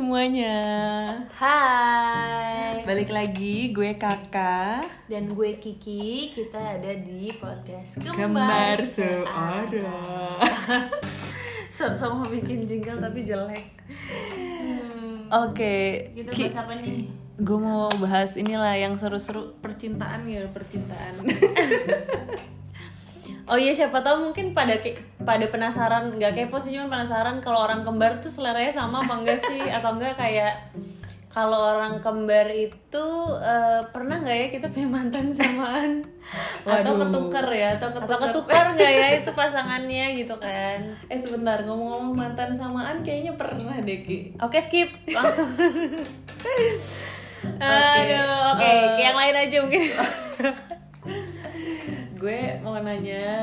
semuanya. Hai. Balik lagi, gue Kakak Dan gue Kiki. Kita ada di podcast Kembar Suara. Sama bikin jingle tapi jelek. Oke, Kita bahas apa nih? gue mau bahas inilah yang seru-seru, percintaan ya, percintaan. Oh iya, siapa tahu mungkin pada penasaran, nggak kepo sih, cuma penasaran kalau orang kembar tuh seleranya sama apa enggak sih, atau enggak kayak kalau orang kembar itu pernah nggak ya kita punya mantan samaan? Atau ketukar ya, atau ketukar nggak ya itu pasangannya gitu kan? Sebentar, ngomong-ngomong mantan samaan kayaknya pernah deh, Ki. Oke, skip langsung. Oke, yang lain aja mungkin. Gue mau nanya,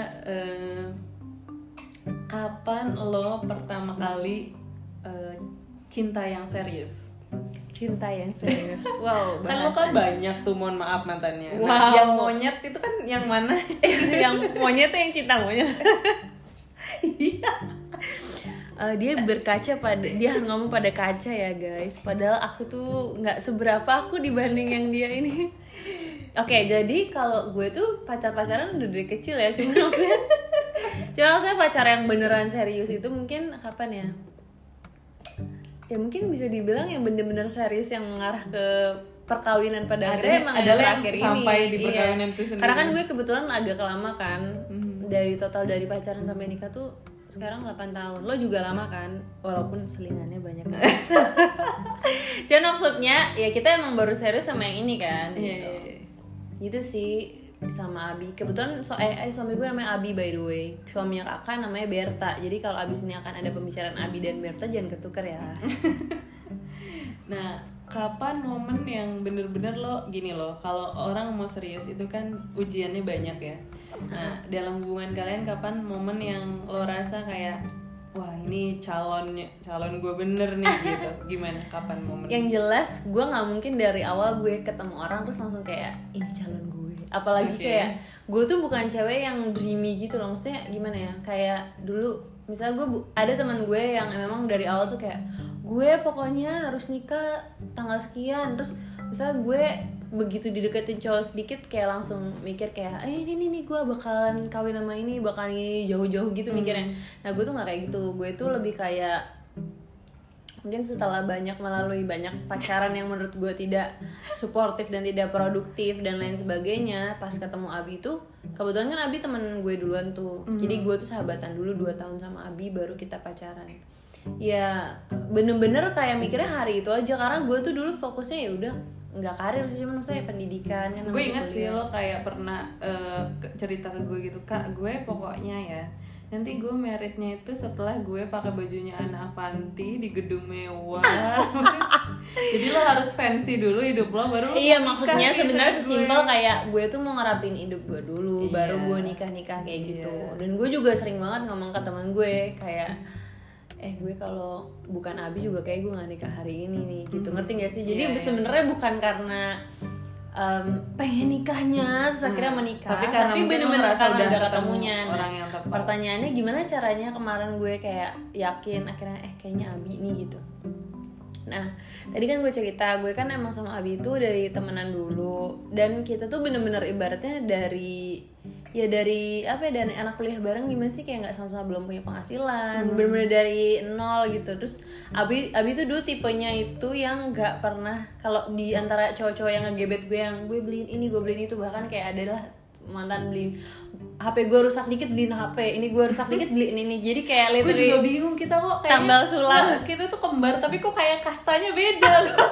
kapan lo pertama kali cinta yang serius? Cinta yang serius. Wow, Kan lo kan banyak tuh, mohon maaf, mantannya. Wow. Nah, yang monyet itu kan yang mana? Yang monyet tuh yang cinta monyet. Iya. Dia berkaca dia ngomong pada kaca ya guys. Padahal aku tuh nggak seberapa aku dibanding yang dia ini. Oke, jadi kalau gue tuh pacaran udah dari kecil ya. Cuma maksudnya pacar yang beneran serius itu mungkin kapan ya? Ya mungkin bisa dibilang yang bener-bener serius yang mengarah ke perkawinan pada akhirnya emang adalah yang terakhir sampai ini. di perkawinan itu sendiri. Karena kan gue kebetulan agak lama kan. Dari pacaran sampai nikah tuh sekarang 8 tahun. Lo juga lama kan, walaupun selingannya banyak kan. Jadi maksudnya ya kita emang baru serius sama yang ini kan gitu. Gitu sih sama Abi. Kebetulan suami gue namanya Abi by the way. Suaminya kakak namanya Berta. Jadi kalau abis ini akan ada pembicaraan Abi dan Berta, jangan ketukar ya. Nah, kapan momen yang bener-bener lo gini loh, kalau orang mau serius itu kan ujiannya banyak ya. Nah, dalam hubungan kalian kapan momen yang lo rasa kayak wah ini calon gue bener nih gitu? Gimana? Kapan momen? Yang jelas gue nggak mungkin dari awal gue ketemu orang terus langsung kayak ini calon gue. Apalagi kayak gue tuh bukan cewek yang dreamy gitu loh. Maksudnya gimana ya? Kayak dulu misalnya gue ada teman gue yang memang dari awal tuh kayak gue pokoknya harus nikah tanggal sekian. Terus misalnya gue begitu dideketin cowok sedikit kayak langsung mikir kayak ini gue bakalan kawin sama ini, bakalan ini jauh-jauh gitu mikirnya. Nah gue tuh nggak kayak gitu. Gue tuh lebih kayak mungkin setelah melalui banyak pacaran yang menurut gue tidak suportif dan tidak produktif dan lain sebagainya, pas ketemu Abi tuh kebetulan kan Abi temen gue duluan tuh. Jadi gue tuh sahabatan dulu 2 tahun sama Abi baru kita pacaran. Ya bener-bener kayak mikirnya hari itu aja, karena gue tuh dulu fokusnya ya udah nggak karir sih, cuma saya pendidikan kan. Gue inget sih lo kayak pernah cerita ke gue gitu, Kak, gue pokoknya ya nanti gue meritnya itu setelah gue pakai bajunya Ana Avanti di gedung mewah. Jadi lo harus fancy dulu hidup lo baru lo iya maksudnya sebenarnya sesimpel kayak gue tuh mau ngerapin hidup gue dulu baru gue nikah kayak gitu. Dan gue juga sering banget ngomong ke teman gue kayak gue kalau bukan Abi juga kayak gue gak nikah hari ini nih gitu. Ngerti gak sih? Jadi sebenarnya bukan karena pengen nikahnya terus akhirnya menikah, tapi bener-bener karena udah ketemunya. Orang yang tepat. Pertanyaannya gimana caranya kemarin gue kayak yakin akhirnya kayaknya Abi nih gitu. Nah tadi kan gue cerita gue kan emang sama Abi itu dari temenan dulu, dan kita tuh bener-bener ibaratnya dari anak kuliah bareng gimana sih, kayak nggak sama-sama belum punya penghasilan, bener-bener dari nol gitu. Terus Abi tuh dulu tipenya itu yang nggak pernah, kalau di antara cowok-cowok yang ngegebet gue yang gue beliin ini gue beliin itu, bahkan kayak adalah mantan beliin HP gue rusak dikit beliin HP, ini gue rusak dikit beliin ini. Jadi kayak gue juga bingung, kita kok kayak tambal sulam, kita tuh kembar tapi kok kayak kastanya beda.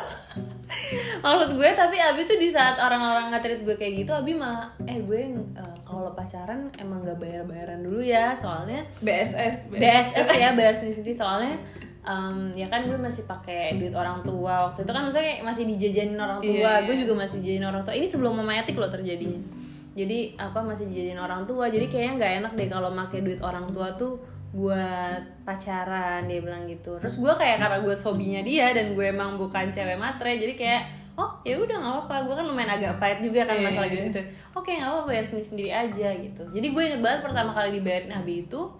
Maksud gue, tapi Abi tuh di saat orang-orang nge-treat gue kayak gitu, Abi malah gue kalau pacaran emang nggak bayaran dulu ya, soalnya BSS ya, bayar sendiri soalnya ya kan gue masih pakai duit orang tua waktu itu kan, maksudnya kayak masih dijajanin orang tua. Gue juga masih dijajanin orang tua. Ini sebelum Mama Etik loh terjadinya. Jadi masih dijajanin orang tua. Jadi kayaknya nggak enak deh kalau pakai duit orang tua tuh buat pacaran, dia bilang gitu. Terus gue kayak karena gue hobinya dia dan gue emang bukan cewek matre, jadi kayak ya udah nggak apa-apa. Gue kan lumayan agak pahit juga kan masalah gitu. Oke, nggak apa-apa, bayar sendiri aja gitu. Jadi gue inget banget pertama kali dibayarin Abi itu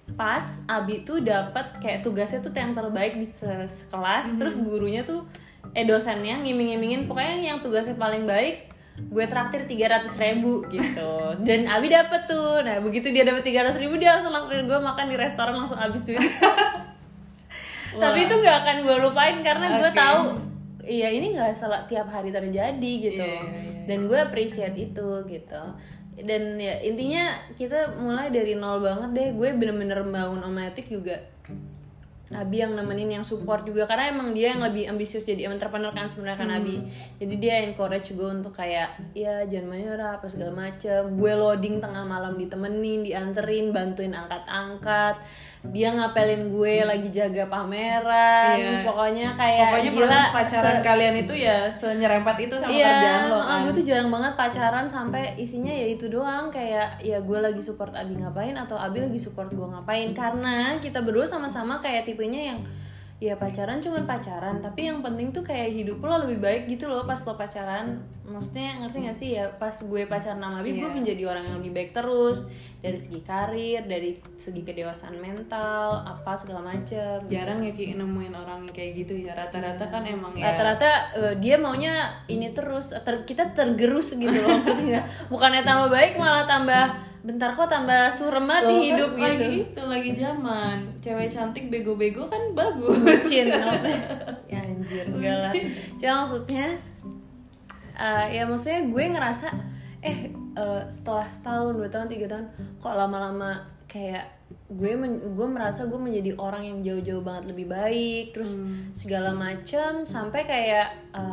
pas Abi tuh dapat kayak tugasnya tuh yang terbaik di sekelas, terus gurunya tuh dosennya ngiming-ngimingin pokoknya yang tugasnya paling baik gue traktir 300.000 gitu. Dan Abi dapet tuh. Nah begitu dia dapet 300.000 dia langsung traktir gue makan di restoran langsung habis duit. Tapi itu gak akan gue lupain karena gue tahu iya ini gak salah tiap hari terjadi gitu. Dan gue appreciate itu gitu. Dan ya intinya kita mulai dari nol banget deh. Gue bener-bener bangun Omatic juga Abi yang nemenin, yang support juga karena emang dia yang lebih ambisius jadi entrepreneur kan sebenarnya kan Abi. Jadi dia encourage gue untuk kayak ya jangan menyerah apa segala macem. Gue loading tengah malam ditemenin, dianterin, bantuin angkat-angkat. Dia ngapelin gue lagi jaga pameran. Pokoknya kayak gila pacaran kalian itu ya senyerempet itu sama kerjaan lo kan. Gue tuh jarang banget pacaran sampai isinya ya itu doang, kayak ya gue lagi support Abi ngapain atau Abi lagi support gue ngapain, karena kita berdua sama-sama kayak tipenya yang ya pacaran cuman pacaran, tapi yang penting tuh kayak hidup lo lebih baik gitu loh pas lo pacaran. Maksudnya ngerti gak sih ya, pas gue pacaran sama Abi gue menjadi orang yang lebih baik terus dari segi karir, dari segi kedewasaan mental, apa segala macem. Jarang ya Ki nemuin orang yang kayak gitu ya, rata-rata kan emang ya rata-rata dia maunya ini terus, kita tergerus gitu loh, ngerti gak? Bukannya tambah baik malah tambah bentar kok tambah surem banget di hidup kan gitu. Lagi itu lagi zaman cewek cantik bego-bego kan bagus. Bucin maksudnya. Ya anjir enggak lah. Cuma maksudnya ya maksudnya gue ngerasa setelah setahun, 2 tahun, 3 tahun kok lama-lama kayak gue merasa gue menjadi orang yang jauh-jauh banget lebih baik, terus segala macam sampai kayak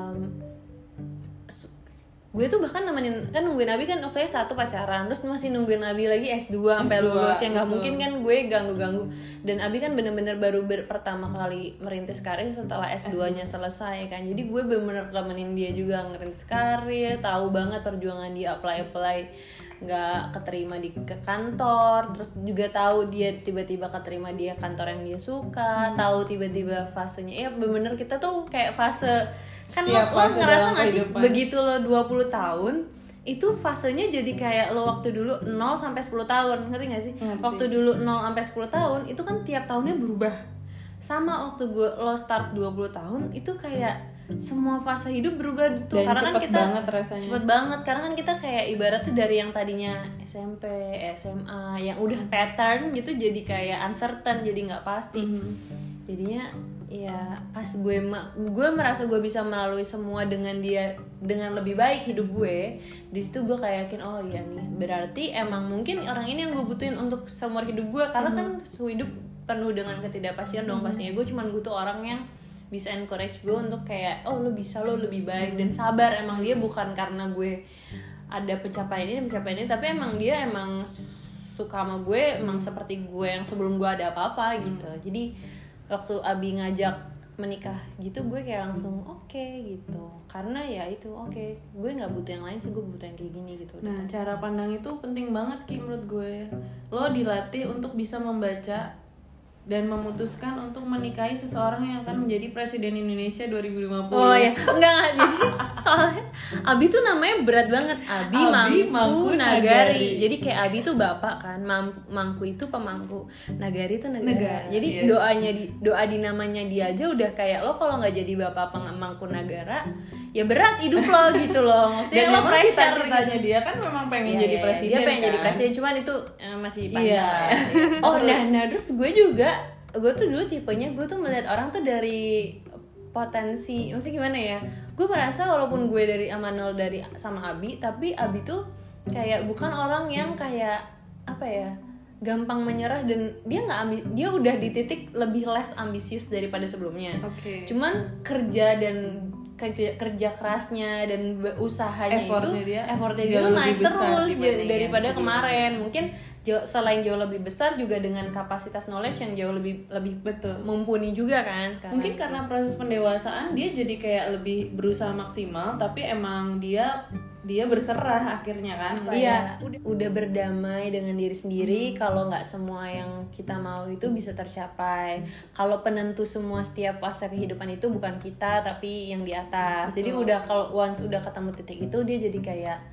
gue tuh bahkan nemenin kan nungguin Abi kan waktunya 1 pacaran, terus masih nungguin Abi lagi S2 sampai lulus, yang nggak mungkin kan gue ganggu-ganggu. Dan Abi kan bener-bener baru pertama kali merintis karir setelah S2-nya selesai kan, jadi gue bener-bener nemenin dia juga ngerintis karir, tahu banget perjuangan dia apply nggak keterima di ke kantor, terus juga tahu dia tiba-tiba keterima dia kantor yang dia suka, tahu tiba-tiba fasenya ya bener-bener kita tuh kayak fase kan lo ngerasa gak sih begitu lo 20 tahun itu fasenya jadi kayak lo waktu dulu 0 sampai 10 tahun, ngerti gak sih? Waktu dulu 0 sampai 10 tahun itu kan tiap tahunnya berubah. Sama waktu lo start 20 tahun itu kayak semua fase hidup berubah tuh. Dan karena kan kita cepet banget karena kan kita kayak ibaratnya dari yang tadinya SMP, SMA yang udah pattern gitu jadi kayak uncertain, jadi nggak pasti. Jadinya ya pas gue merasa gue bisa melalui semua dengan dia dengan lebih baik hidup gue, di situ gue kayak yakin oh iya nih berarti emang mungkin orang ini yang gue butuhin untuk seumur hidup gue, karena kan hidup penuh dengan ketidakpastian dong pastinya. Gue cuma butuh orang yang bisa encourage gue untuk kayak oh lo bisa, lo lebih baik dan sabar. Emang dia bukan karena gue ada pencapaian ini tapi emang dia emang suka sama gue emang seperti gue yang sebelum gue ada apa-apa gitu. Jadi waktu Abi ngajak menikah gitu gue kayak langsung oke gitu, karena ya itu oke, gue nggak butuh yang lain sih, gue butuh yang kayak gini gitu. Nah cara pandang itu penting banget Ki menurut gue. Lo dilatih untuk bisa membaca dan memutuskan untuk menikahi seseorang yang akan menjadi presiden Indonesia 2050. Oh ya, enggak jadi soalnya Abi tuh namanya berat banget, Abi Mangku Nagari. Jadi kayak Abi tuh bapak kan, Mangku itu pemangku, Nagari itu negara. Jadi doa di namanya dia aja udah kayak lo kalau nggak jadi bapak pemangku negara ya berat hidup lo gitu loh. Maksudnya dan lo pressure. Cita-citanya dia kan memang pengen jadi presiden. Dia pengen kan? jadi presiden, cuman itu masih panjang. Oh nah terus gue tuh dulu tipenya gue tuh melihat orang tuh dari potensi, maksudnya gimana ya? Gue merasa walaupun gue dari Amanul sama Abi, tapi Abi tuh kayak bukan orang yang kayak apa ya, gampang menyerah, dan dia udah di titik lebih less ambisius daripada sebelumnya. Cuman kerja kerasnya dan usahanya effortnya dia naik terus daripada kemarin. Mungkin selain jauh lebih besar juga dengan kapasitas knowledge yang jauh lebih mumpuni juga kan sekarang. Mungkin karena proses pendewasaan dia jadi kayak lebih berusaha maksimal, tapi emang dia berserah akhirnya kan. Iya, udah berdamai dengan diri sendiri kalau nggak semua yang kita mau itu bisa tercapai. Kalau penentu semua setiap fase kehidupan itu bukan kita tapi yang di atas. Jadi kalau once udah ketemu titik itu dia jadi kayak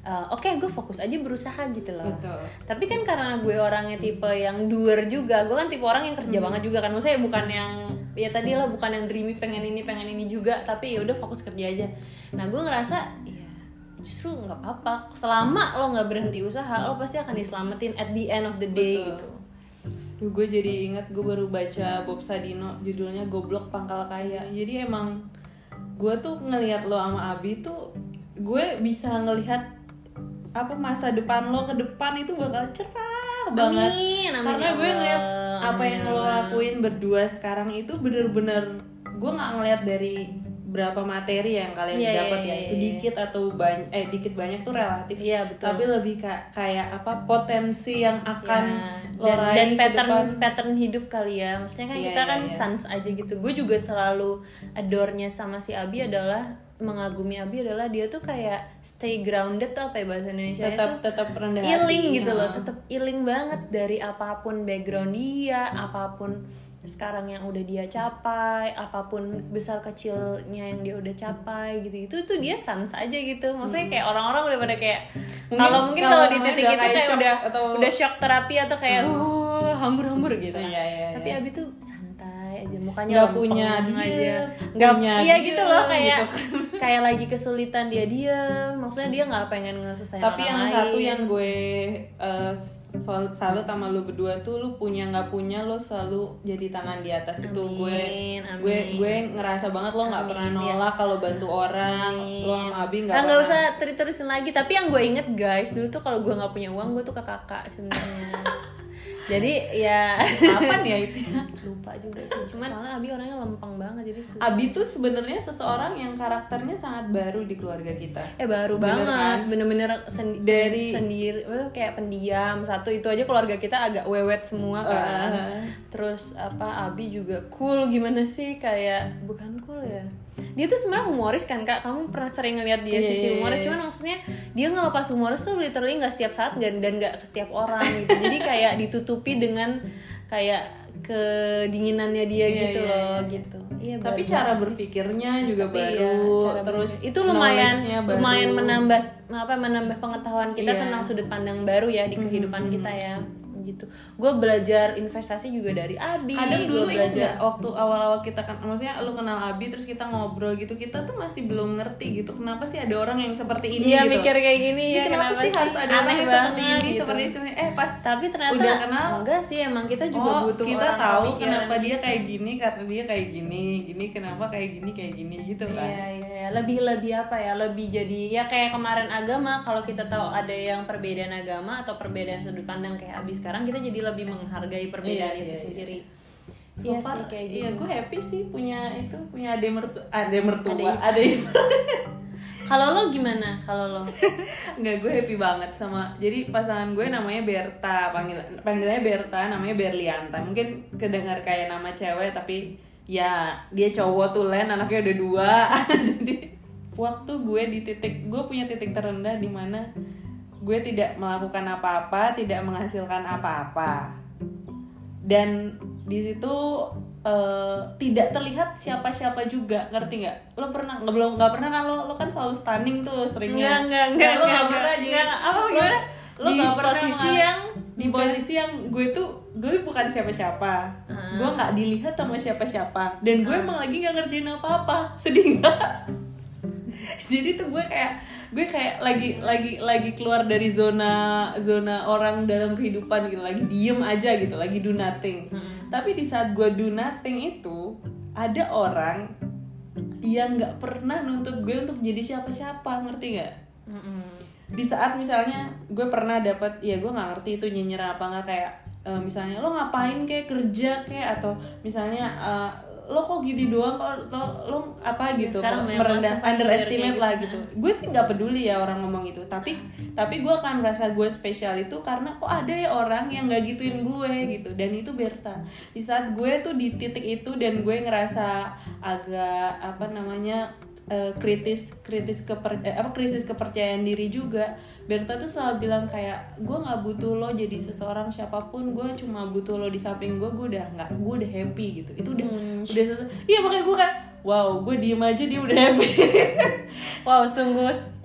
oke, gue fokus aja berusaha gitu loh. Betul. Tapi kan karena gue orangnya tipe yang doer juga, gue kan tipe orang yang kerja banget juga kan. Maksudnya bukan yang ya tadi lah, bukan yang dreamy pengen ini juga, tapi ya udah fokus kerja aja. Nah gue ngerasa ya justru nggak apa-apa, selama lo nggak berhenti usaha, lo pasti akan diselamatin at the end of the day. Betul. Gitu. Tuh, gue jadi ingat gue baru baca Bob Sadino, judulnya Goblok Pangkal Kaya. Jadi emang gue tuh ngelihat lo sama Abi tuh, gue bisa ngelihat apa masa depan lo ke depan itu bakal cerah banget. Amin, karena gue ngeliat apa yang lo lakuin berdua sekarang itu bener-bener, gue nggak ngeliat dari berapa materi yang kalian dapat ya, itu dikit atau banyak, dikit banyak tuh relatif. Iya, betul. Tapi lebih kayak apa potensi yang akan lo dan raih pattern hidup kali ya. Maksudnya kan kita kan sans aja gitu. Gue juga selalu adore-nya sama si Abi adalah, mengagumi Abi adalah dia tuh kayak stay grounded tuh apa ya bahasa Indonesia itu, tetap rendah hati, healing gitu loh, tetap healing banget dari apapun background dia, apapun sekarang yang udah dia capai, apapun besar kecilnya yang dia udah capai gitu, itu tuh dia sans aja gitu. Maksudnya kayak orang-orang udah pada kayak mungkin kalau di titik itu kayak udah shock terapi atau kayak hambur-hambur gitu. Tapi Abi tuh santai aja, mukanya nggak punya dia, nggak iya gitu loh, kayak gitu. Kayak lagi kesulitan dia maksudnya dia nggak pengen ngeselesain orang lain. Tapi yang satu yang gue salut sama lu berdua tuh, lu punya nggak punya lo selalu jadi tangan di atas. Itu gue ngerasa banget lo nggak pernah nolak kalau bantu orang. Lo sama Abi nggak usah terusin lagi. Tapi yang gue inget guys, dulu tuh kalau gue nggak punya uang, gue tuh ke kakak sebenarnya. Jadi ya kapan ya itu? Lupa juga sih. Cuman soalnya Abi orangnya lempeng banget, jadi susah. Abi tuh sebenarnya seseorang yang karakternya sangat baru di keluarga kita. Baru bener banget, kan? bener-bener sendiri, kayak pendiam. Satu itu aja keluarga kita agak wewet semua kan. Terus Abi juga cool, gimana sih, kayak bukan cool ya. Dia tuh sebenarnya humoris kan Kak, kamu pernah sering ngeliat dia sisi humoris, cuman maksudnya dia ngelepas humoris tuh literally nggak setiap saat dan nggak ke setiap orang gitu. Jadi kayak ditutupi dengan kayak kedinginannya dia gitu loh. Gitu. Iya, tapi cara berpikirnya juga baru, terus itu lumayan menambah pengetahuan kita tentang sudut pandang baru ya di kehidupan kita ya. Gitu. Gue belajar investasi juga dari Abi. Kadang dulu ingat nggak waktu awal-awal kita kan, maksudnya lu kenal Abi terus kita ngobrol gitu, kita tuh masih belum ngerti gitu kenapa sih ada orang yang seperti ini gitu. Iya, mikir kayak gini ya. Kenapa sih harus ada orang yang seperti ini gitu. Seperti pas tapi ternyata udah kenal, enggak sih, emang kita juga butuh kita orang tahu kenapa dia kayak gini, karena dia kayak gini kenapa kayak gini gitu kan. Iya, lebih apa ya, lebih jadi ya kayak kemarin agama, kalau kita tahu ada yang perbedaan agama atau perbedaan sudut pandang kayak Abi sekarang, kita jadi lebih menghargai perbedaan itu sendiri. Iya sih kayak gitu. Iya, gue happy sih punya adik mertua. Kalau lo gimana? Kalau lo? Enggak, gue happy banget sama. Jadi pasangan gue namanya Berta, panggilannya Berta, namanya Berlianta. Mungkin kedengar kayak nama cewek, tapi ya dia cowok tuh, anaknya udah 2. Jadi waktu gue punya titik terendah di mana gue tidak melakukan apa-apa, tidak menghasilkan apa-apa, dan di situ tidak terlihat siapa-siapa juga, ngerti nggak? Lo pernah nggak pernah kan? Lo kan selalu stunning tuh seringnya. Enggak, lo nggak pernah jadi apa gimana? Lo nggak pernah di posisi yang gue bukan siapa-siapa, gue nggak dilihat sama siapa-siapa, dan gue emang lagi nggak ngerjain apa-apa. Sedih nggak? Jadi tuh gue kayak lagi keluar dari zona orang dalam kehidupan gitu, lagi diem aja gitu, lagi do nothing. Tapi di saat gue do nothing itu ada orang yang nggak pernah nuntut gue untuk jadi siapa-siapa, ngerti nggak? Di saat misalnya gue pernah dapat, ya gue nggak ngerti itu nyinyir apa nggak, kayak misalnya lo ngapain kayak kerja kayak, atau misalnya lo kok gini doang, lo apa gitu, merendah, underestimate lah gitu. Gue sih nggak peduli ya orang ngomong itu, tapi gue akan merasa gue spesial itu karena kok ada ya orang yang nggak gituin gue gitu. Dan itu Berta. Di saat gue tuh di titik itu dan gue ngerasa agak krisis kepercayaan diri juga, Berta tuh selalu bilang kayak, gue nggak butuh lo jadi seseorang siapapun, gue cuma butuh lo di samping gue udah happy gitu. Itu udah iya, makanya gue kan wow, gue diem aja dia udah happy. Wow, sungguh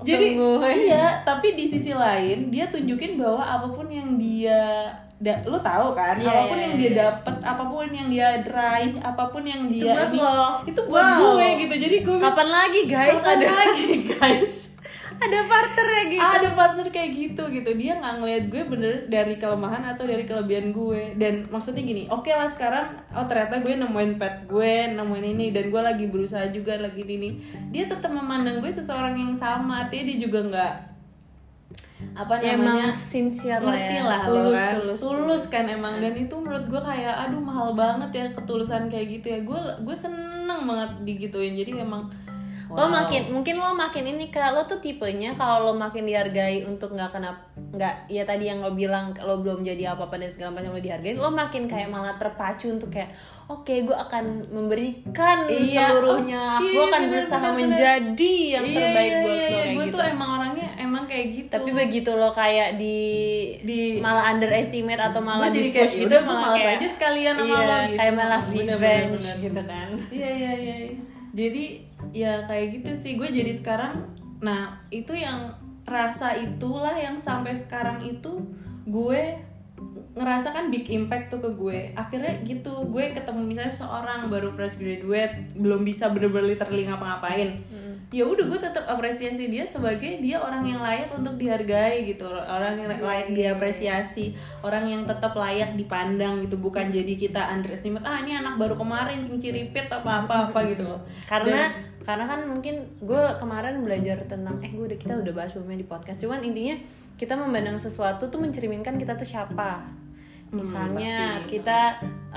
Jadi Sungguh. iya, tapi di sisi lain dia tunjukin bahwa apapun yang dia lo tahu kan, Iya, apapun iya, yang iya. dia dapat, apapun yang dia raih, apapun yang Itu dia buat lo. itu buat Wow. gue gitu. Jadi gue Kapan lagi guys kapan ada lagi guys ada partnernya gitu. ada partner kayak gitu. Dia nggak ngeliat gue bener dari kelemahan atau dari kelebihan gue. Dan maksudnya gini, oke lah sekarang ternyata gue nemuin pet gue, nemuin ini, dan gue lagi berusaha juga lagi ini, dia tetap memandang gue seseorang yang sama. Artinya dia juga nggak apa Ya, namanya, emang sincere lah ngerti ya. lah Tulus, kan? tulus, tulus kan emang. Dan itu menurut gue kayak aduh mahal banget ya ketulusan kayak gitu ya. Gue seneng banget digituin. Jadi emang Lo wow. mungkin lo makin ini Kak, lo tuh tipenya kalau lo makin dihargai untuk nggak ya tadi yang lo bilang lo belum jadi apa-apa dan segala macam lo dihargai, lo makin kayak malah terpacu untuk kayak oke, gue akan memberikan Iya. seluruhnya, gue akan berusaha menjadi yang terbaik buat lo kayak gue gitu. tuh emang orangnya emang kayak gitu. Tapi begitu lo kayak di malah underestimate atau malah Gua jadi di kayak, push gitu, "Yaudah, gua malah malas kayak aja sekalian sama iya, lo," gitu. kayak malah Bener, revenge bener. gitu kan. Iya. Jadi ya kayak gitu sih gue jadi sekarang. Nah itu yang rasa itulah yang sampai sekarang itu gue ngerasa kan big impact tuh ke gue. Akhirnya gitu gue ketemu misalnya seorang baru fresh graduate, belum bisa bener-bener literally ngapa-ngapain. Ya udah gue tetap apresiasi dia sebagai dia orang yang layak untuk dihargai gitu, orang yang layak diapresiasi, orang yang tetap layak dipandang gitu, bukan jadi kita underestimate ini anak baru kemarin cinciripit apa gitu loh. Karena kan mungkin gue kemarin belajar tentang kita udah bahas sebelumnya di podcast, cuman intinya kita memandang sesuatu tuh mencerminkan kita tuh siapa. Misalnya pasti. kita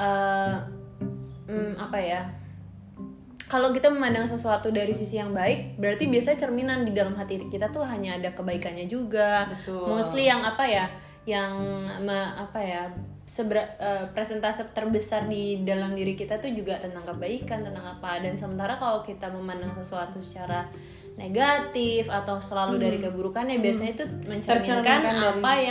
apa ya, kalau kita memandang sesuatu dari sisi yang baik, berarti biasanya cerminan di dalam hati kita tuh hanya ada kebaikannya juga. Betul. Mostly yang presentase terbesar di dalam diri kita tuh juga tentang kebaikan, tentang apa. Dan sementara kalau kita memandang sesuatu secara negatif atau selalu dari keburukannya, biasanya itu mencerminkan Tercerminkan dari-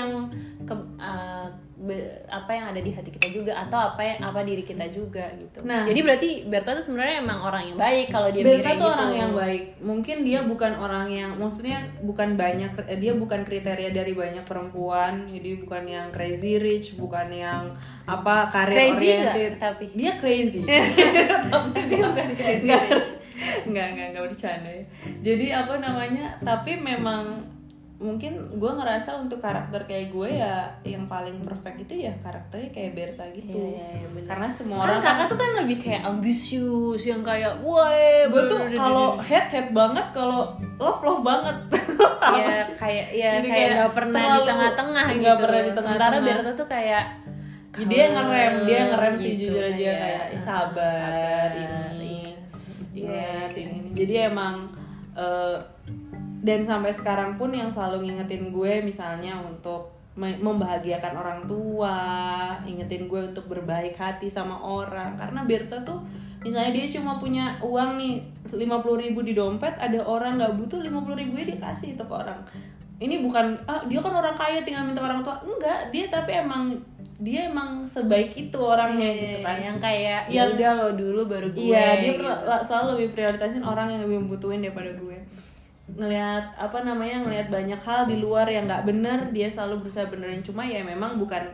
apa yang ada di hati kita juga, atau apa diri kita juga gitu. Nah. Jadi berarti Berta tuh sebenarnya emang orang yang baik kalau dia Berta mikirnya tuh gitu. orang yang baik. Mungkin dia bukan orang yang, maksudnya bukan banyak, dia bukan kriteria dari banyak perempuan. Jadi bukan yang crazy rich, bukan yang apa karir Crazy oriented. nggak, tapi? Dia crazy. Dia bukan crazy. Nggak bercanda ya. Jadi apa namanya? Tapi memang mungkin gue ngerasa untuk karakter kayak gue ya yang paling perfect itu ya karakternya kayak Berta gitu. Iya, bener. Karena semua Kan orang kakak tuh kan lebih kayak ambisius, yang kayak gue tuh kalau head banget, kalau love banget. ya kayak Jadi kayak nggak pernah di terlalu- tengah-tengah nggak gitu. pernah di tengah-tengah. Sementara Berta tuh kayak dia ngerem sih gitu, jujur aja kayak sabar iya. ingat ini. Jadi emang dan sampai sekarang pun yang selalu ngingetin gue misalnya untuk membahagiakan orang tua, ingetin gue untuk berbaik hati sama orang. Karena Berta tuh misalnya dia cuma punya uang nih 50.000 di dompet, ada orang nggak butuh 50.000 dia kasih itu ke orang. Ini bukan dia kan orang kaya tinggal minta orang tua, enggak, dia emang sebaik itu orangnya gitu kan. Yang kayak Yang- udah lo dulu baru gue. Iya, dia gitu. selalu lebih prioritasin orang yang lebih membutuhin daripada gue. Ngelihat banyak hal di luar yang nggak bener, dia selalu berusaha benerin. Cuma ya memang bukan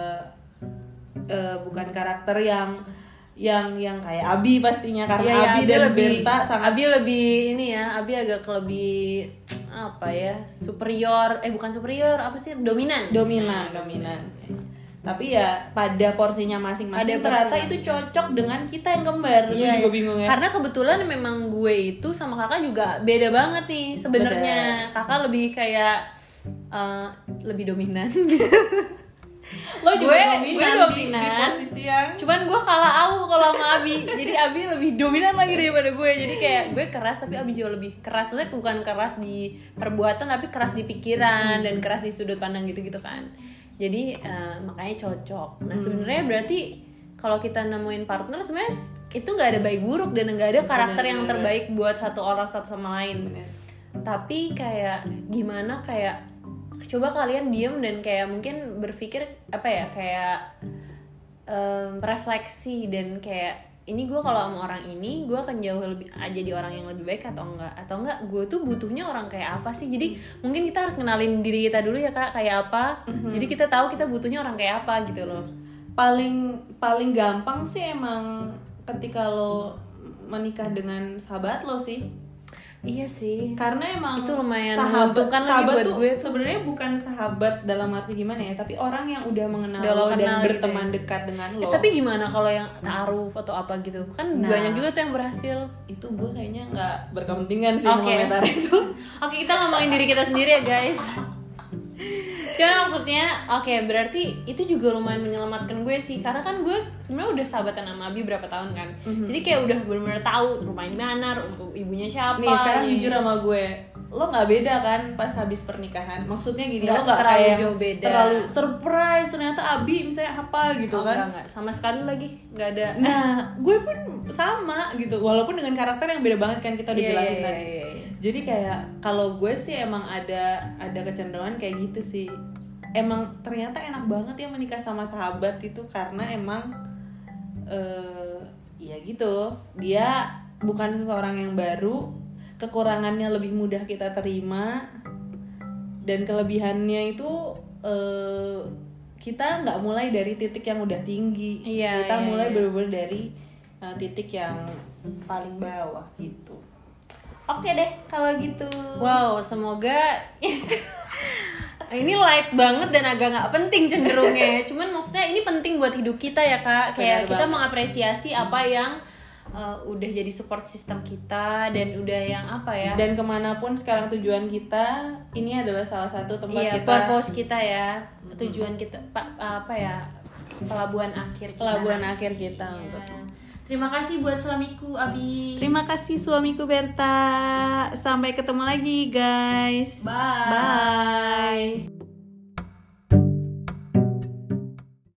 karakter yang kayak Abi pastinya, karena Iya, Abi dan Berta sangat Abi lebih ini ya, Abi agak lebih apa ya, superior, bukan superior, apa sih, dominan. Tapi ya pada porsinya masing-masing Pada ternyata porsinya itu cocok dengan kita yang kembar. Gue juga bingung ya. Karena kebetulan memang gue itu sama kakak juga beda banget nih sebenarnya. Kakak lebih kayak lebih dominan gitu. Lo juga gue dominan di dominan. posisi yang Cuman gue kalah au kalau sama Abi. Jadi Abi lebih dominan lagi daripada gue. Jadi kayak gue keras tapi Abi jauh lebih keras. Maksudnya bukan keras di perbuatan tapi keras di pikiran dan keras di sudut pandang gitu-gitu kan. Jadi makanya cocok. Nah sebenarnya berarti kalau kita nemuin partner sebenarnya itu nggak ada baik buruk dan nggak ada karakter yang terbaik buat satu orang satu sama lain. Bener. Tapi kayak gimana, kayak coba kalian diem dan kayak mungkin berpikir apa ya, kayak refleksi dan kayak ini gue kalau sama orang ini gue akan jauh lebih jadi orang yang lebih baik atau enggak gue tuh butuhnya orang kayak apa sih. Jadi mungkin kita harus kenalin diri kita dulu ya Kak, kayak apa. Jadi kita tahu kita butuhnya orang kayak apa gitu loh. Paling gampang sih emang ketika lo menikah dengan sahabat lo sih. Iya sih. Karena emang itu lumayan sahabat lagi buat tuh gue. Sebenarnya bukan sahabat dalam arti gimana ya, tapi orang yang udah mengenal Udah lo dan gitu berteman ya. dekat dengan lo. Tapi gimana kalau yang ta'aruf atau apa gitu? Kan banyak juga tuh yang berhasil. Itu gue kayaknya nggak berkepentingan sih mengomentari itu. Oke, kita ngomongin diri kita sendiri ya guys. Cuman maksudnya, berarti itu juga lumayan menyelamatkan gue sih. Karena kan gue sebenarnya udah sahabatan sama Abi berapa tahun kan. Jadi kayak udah benar-benar tahu rumahnya di mana, ibunya siapa. Nih sekarang jujur sama gue, lo nggak beda kan pas habis pernikahan. Maksudnya gini, lo nggak terlalu kayak jauh beda. Terlalu surprise ternyata Abi misalnya apa gitu kan. Enggak, sama sekali lagi nggak ada. Nah gue pun sama gitu, walaupun dengan karakter yang beda banget kan, kita udah jelasin tadi. Jadi kayak kalau gue sih emang ada kecenderungan kayak gitu sih. Emang ternyata enak banget ya menikah sama sahabat itu, karena emang ya gitu, dia bukan seseorang yang baru, kekurangannya lebih mudah kita terima, dan kelebihannya itu kita nggak mulai dari titik yang udah tinggi, kita mulai bener-bener dari titik yang paling bawah gitu. Oke deh kalau gitu. Wow, semoga ini light banget dan agak nggak penting cenderungnya. Cuman maksudnya ini penting buat hidup kita ya Kak. Kayak kita mengapresiasi apa yang udah jadi support system kita, dan udah yang apa ya. Dan kemanapun sekarang tujuan kita, ini adalah salah satu tempat kita. Purpose kita ya, tujuan kita apa ya, pelabuhan akhir kita. Pelabuhan akhir kita untuk. Terima kasih buat suamiku Abi. Terima kasih suamiku Berta. Sampai ketemu lagi guys. Bye.